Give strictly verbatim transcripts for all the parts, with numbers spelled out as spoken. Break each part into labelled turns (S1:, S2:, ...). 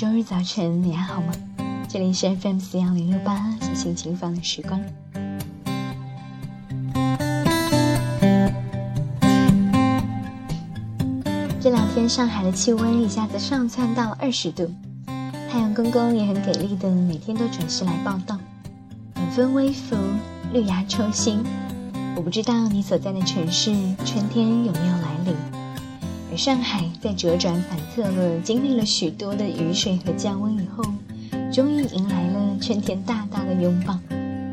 S1: 周日早晨你还好吗？这里是 F M 四一零六八小心情放的时光。这两天上海的气温一下子上窜到了二十度，太阳公公也很给力的每天都准时来报道，晚风微拂，绿芽抽新。我不知道你所在的城市春天有没有来临，而上海在折转反侧了经历了许多的雨水和降温以后，终于迎来了春天大大的拥抱。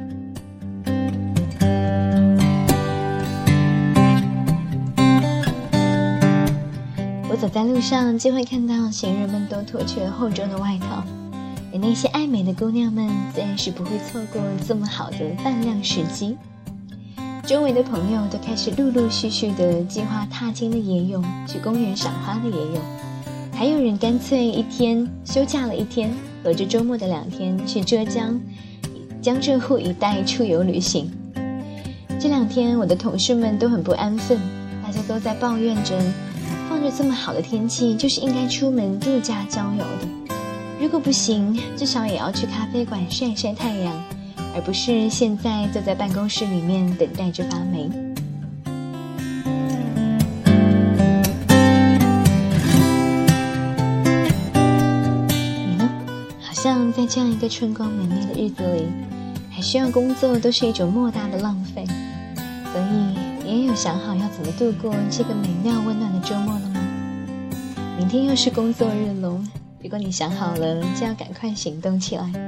S1: 我走在路上就会看到行人们都脱去了厚重的外套，而那些爱美的姑娘们自然是不会错过这么好的扮靓时机。周围的朋友都开始陆陆续续的计划踏青的也有，去公园赏花的也有，还有人干脆一天休假了一天，合着周末的两天去浙江江浙沪一带出游旅行。这两天我的同事们都很不安分，大家都在抱怨着，放着这么好的天气就是应该出门度假郊游的，如果不行至少也要去咖啡馆晒晒太阳，而不是现在坐在办公室里面等待着发霉。你呢？好像在这样一个春光明媚的日子里，还需要工作都是一种莫大的浪费，所以你也有想好要怎么度过这个美妙温暖的周末了吗？明天又是工作日喽，如果你想好了，就要赶快行动起来。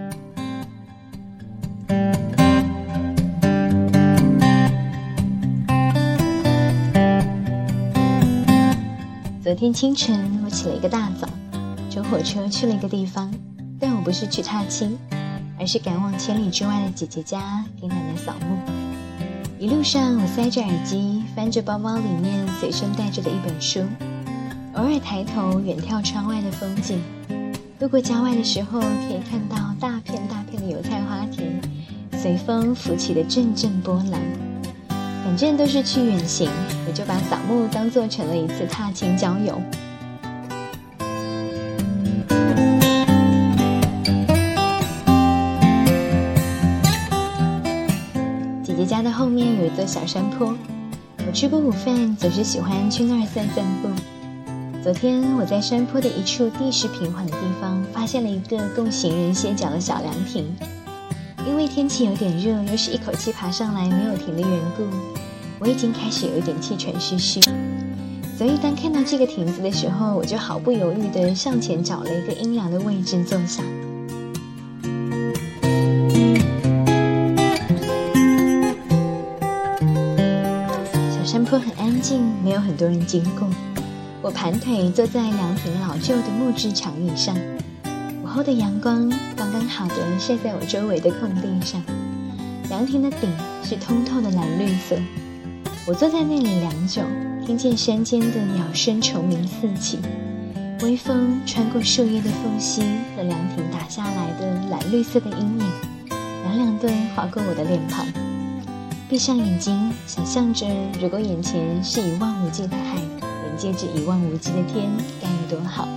S1: 昨天清晨我起了一个大早，乘火车去了一个地方，但我不是去踏青，而是赶往千里之外的姐姐家给奶奶扫墓。一路上我塞着耳机，翻着包包里面随身带着的一本书，偶尔抬头远眺窗外的风景。路过郊外的时候，可以看到大片大片的油菜花田，随风浮起的阵阵波澜。反正都是去远行，我就把扫墓当作成了一次踏青郊游。姐姐家的后面有一座小山坡，我吃过午饭总是喜欢去那儿散散步。昨天我在山坡的一处地势平缓的地方发现了一个供行人歇脚的小凉亭，因为天气有点热，又是一口气爬上来没有停的缘故，我已经开始有一点气喘吁吁，所以当看到这个亭子的时候，我就毫不犹豫地向前找了一个阴凉的位置坐下。小山坡很安静，没有很多人经过，我盘腿坐在凉亭老旧的木质长椅上，午后的阳光刚刚好的晒在我周围的空地上，凉亭的顶是通透的蓝绿色。我坐在那里良久，听见山间的鸟声虫鸣四起，微风穿过树叶的缝隙和凉亭打下来的蓝绿色的阴影，凉凉地划过我的脸庞。闭上眼睛，想象着如果眼前是一望无际的海，连接着一望无际的天，该有多好。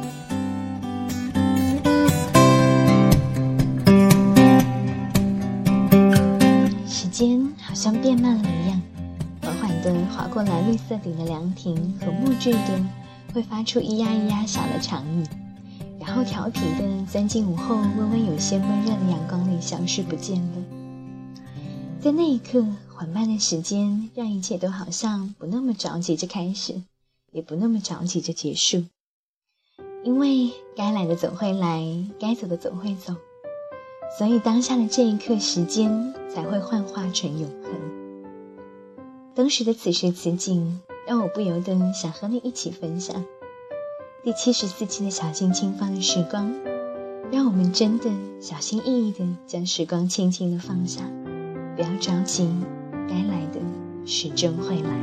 S1: 时间好像变慢了一样，缓缓地划过蓝绿色顶的凉亭和木质的会发出咿呀咿呀响的长椅，然后调皮地钻进午后微微有些闷热的阳光里消失不见了。在那一刻，缓慢的时间让一切都好像不那么着急着开始，也不那么着急着结束，因为该来的总会来，该走的总会走，所以当下的这一刻，时间才会幻化成永恒。当时的此时此景让我不由得想和你一起分享。第七十四期的小心轻放的时光，让我们真的小心翼翼地将时光轻轻地放下，不要着急，该来的始终会来。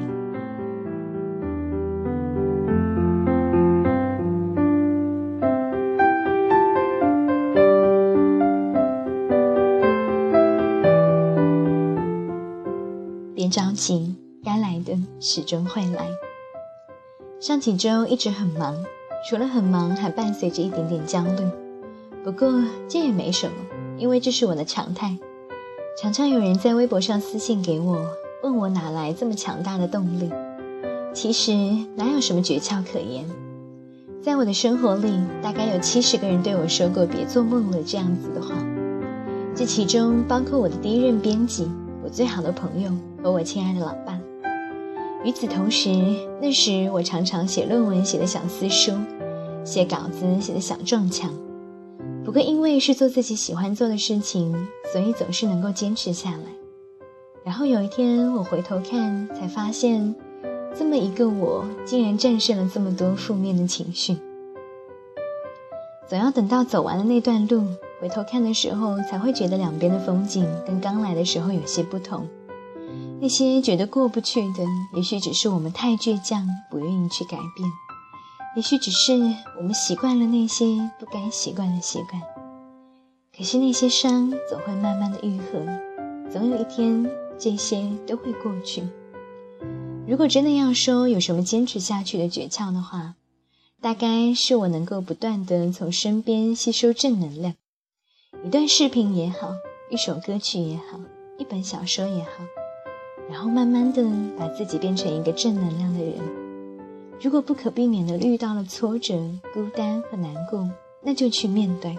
S1: 别着急，该来的始终会来。上几周一直很忙，除了很忙还伴随着一点点焦虑。 不过这也没什么，因为这是我的常态。常常有人在微博上私信给我，问我哪来这么强大的动力。其实哪有什么诀窍可言，在我的生活里，大概有七十个人对我说过别做梦了这样子的话，这其中包括我的第一任编辑，我最好的朋友和我亲爱的老爸。与此同时，那时我常常写论文写得想撕书，写稿子写得想撞墙。不过因为是做自己喜欢做的事情，所以总是能够坚持下来。然后有一天我回头看，才发现这么一个我竟然战胜了这么多负面的情绪。总要等到走完了那段路，回头看的时候，才会觉得两边的风景跟刚来的时候有些不同。那些觉得过不去的，也许只是我们太倔强，不愿意去改变，也许只是我们习惯了那些不该习惯的习惯。可是那些伤总会慢慢的愈合，总有一天这些都会过去。如果真的要说有什么坚持下去的诀窍的话，大概是我能够不断地从身边吸收正能量。一段视频也好，一首歌曲也好，一本小说也好，然后慢慢地把自己变成一个正能量的人。如果不可避免地遇到了挫折、孤单和难过，那就去面对。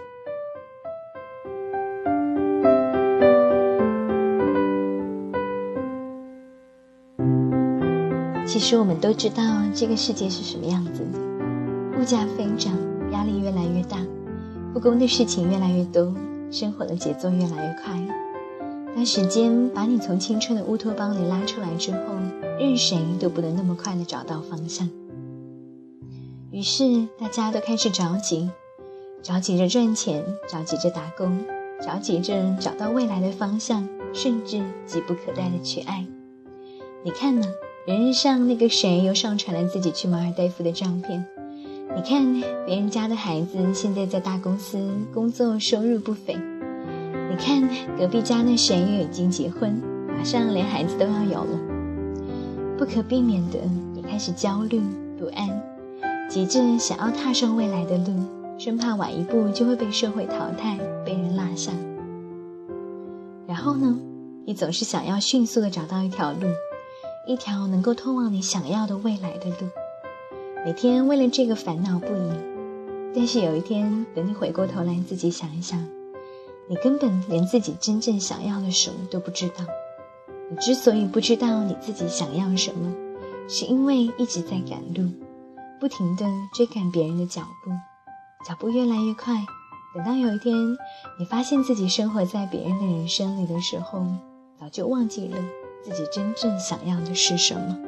S1: 其实我们都知道这个世界是什么样子的，物价飞涨，压力越来越大，不公的事情越来越多，生活的节奏越来越快。当时间把你从青春的乌托邦里拉出来之后，任谁都不能那么快地找到方向。于是大家都开始着急，着急着赚钱，着急着打工，着急着找到未来的方向，甚至急不可待地去爱。你看呢，人人上那个谁又上传了自己去马尔代夫的照片，你看别人家的孩子现在在大公司工作，收入不菲，你看隔壁家那谁又已经结婚，马上连孩子都要有了。不可避免的，你开始焦虑不安，急着想要踏上未来的路，生怕晚一步就会被社会淘汰，被人落下。然后呢，你总是想要迅速地找到一条路，一条能够通往你想要的未来的路，每天为了这个烦恼不已。但是有一天，等你回过头来自己想一想，你根本连自己真正想要的什么都不知道。你之所以不知道你自己想要什么，是因为一直在赶路，不停地追赶别人的脚步，脚步越来越快，等到有一天你发现自己生活在别人的人生里的时候，早就忘记了自己真正想要的是什么。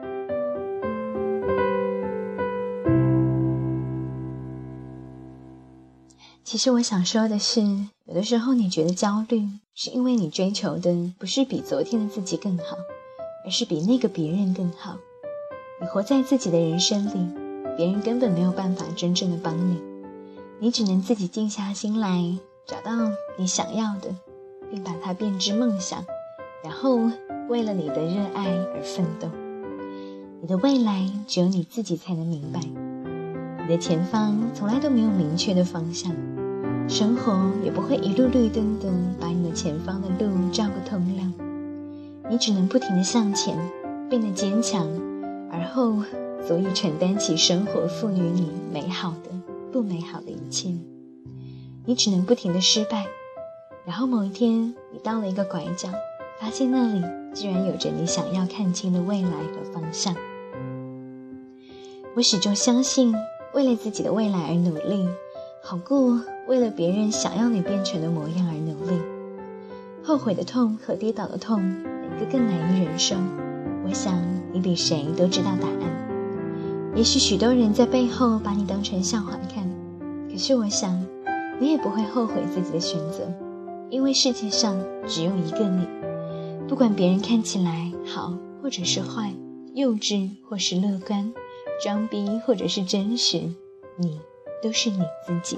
S1: 其实我想说的是，有的时候你觉得焦虑，是因为你追求的不是比昨天的自己更好，而是比那个别人更好。你活在自己的人生里，别人根本没有办法真正的帮你，你只能自己静下心来，找到你想要的，并把它变之梦想，然后为了你的热爱而奋斗。你的未来只有你自己才能明白，你的前方从来都没有明确的方向，生活也不会一路绿灯的把你的前方的路照个通亮。你只能不停地向前，变得坚强，而后足以承担起生活赋予你美好的不美好的一切。你只能不停地失败，然后某一天你到了一个拐角，发现那里居然有着你想要看清的未来和方向。我始终相信，为了自己的未来而努力，好过为了别人想要你变成的模样而努力。后悔的痛和跌倒的痛，哪个更难以忍受？我想你比谁都知道答案。也许许多人在背后把你当成笑话看，可是我想你也不会后悔自己的选择，因为世界上只有一个你。不管别人看起来好或者是坏，幼稚或是乐观，装逼或者是真实，你都是你自己。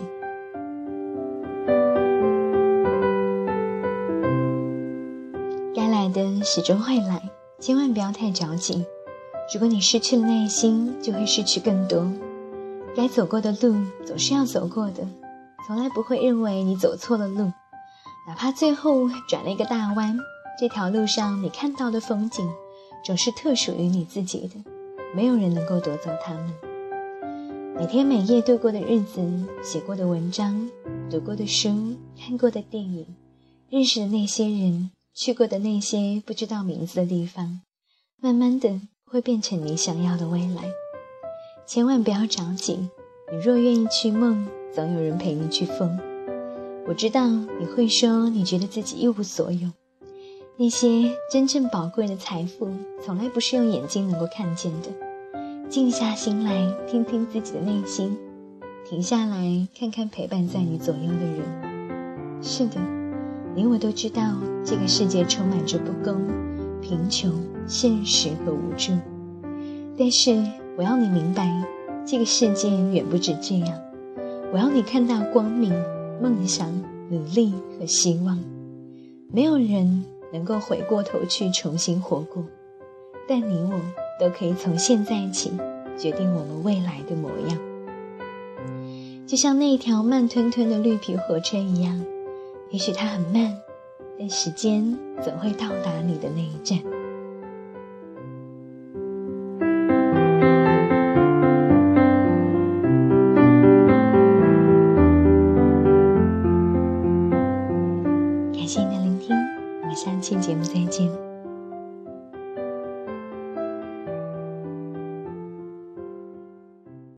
S1: 该来的始终会来，千万不要太着急。如果你失去了耐心，就会失去更多。该走过的路总是要走过的， 从来不会认为你走错了路，哪怕最后转了一个大弯，这条路上你看到的风景总是特属于你自己的，没有人能够夺走它们。每天每夜度过的日子，写过的文章，读过的书，看过的电影，认识的那些人，去过的那些不知道名字的地方，慢慢的会变成你想要的未来。千万不要着急，你若愿意去梦，总有人陪你去疯。我知道你会说你觉得自己一无所有，那些真正宝贵的财富从来不是用眼睛能够看见的。静下心来，听听自己的内心，停下来看看陪伴在你左右的人。是的，你我都知道这个世界充满着不公、贫穷、现实和无助，但是我要你明白，这个世界远不止这样。我要你看到光明、梦想、努力和希望。没有人能够回过头去重新活过，但你我都可以从现在起决定我们未来的模样。就像那条慢吞吞的绿皮火车一样，也许它很慢，但时间总会到达你的那一站。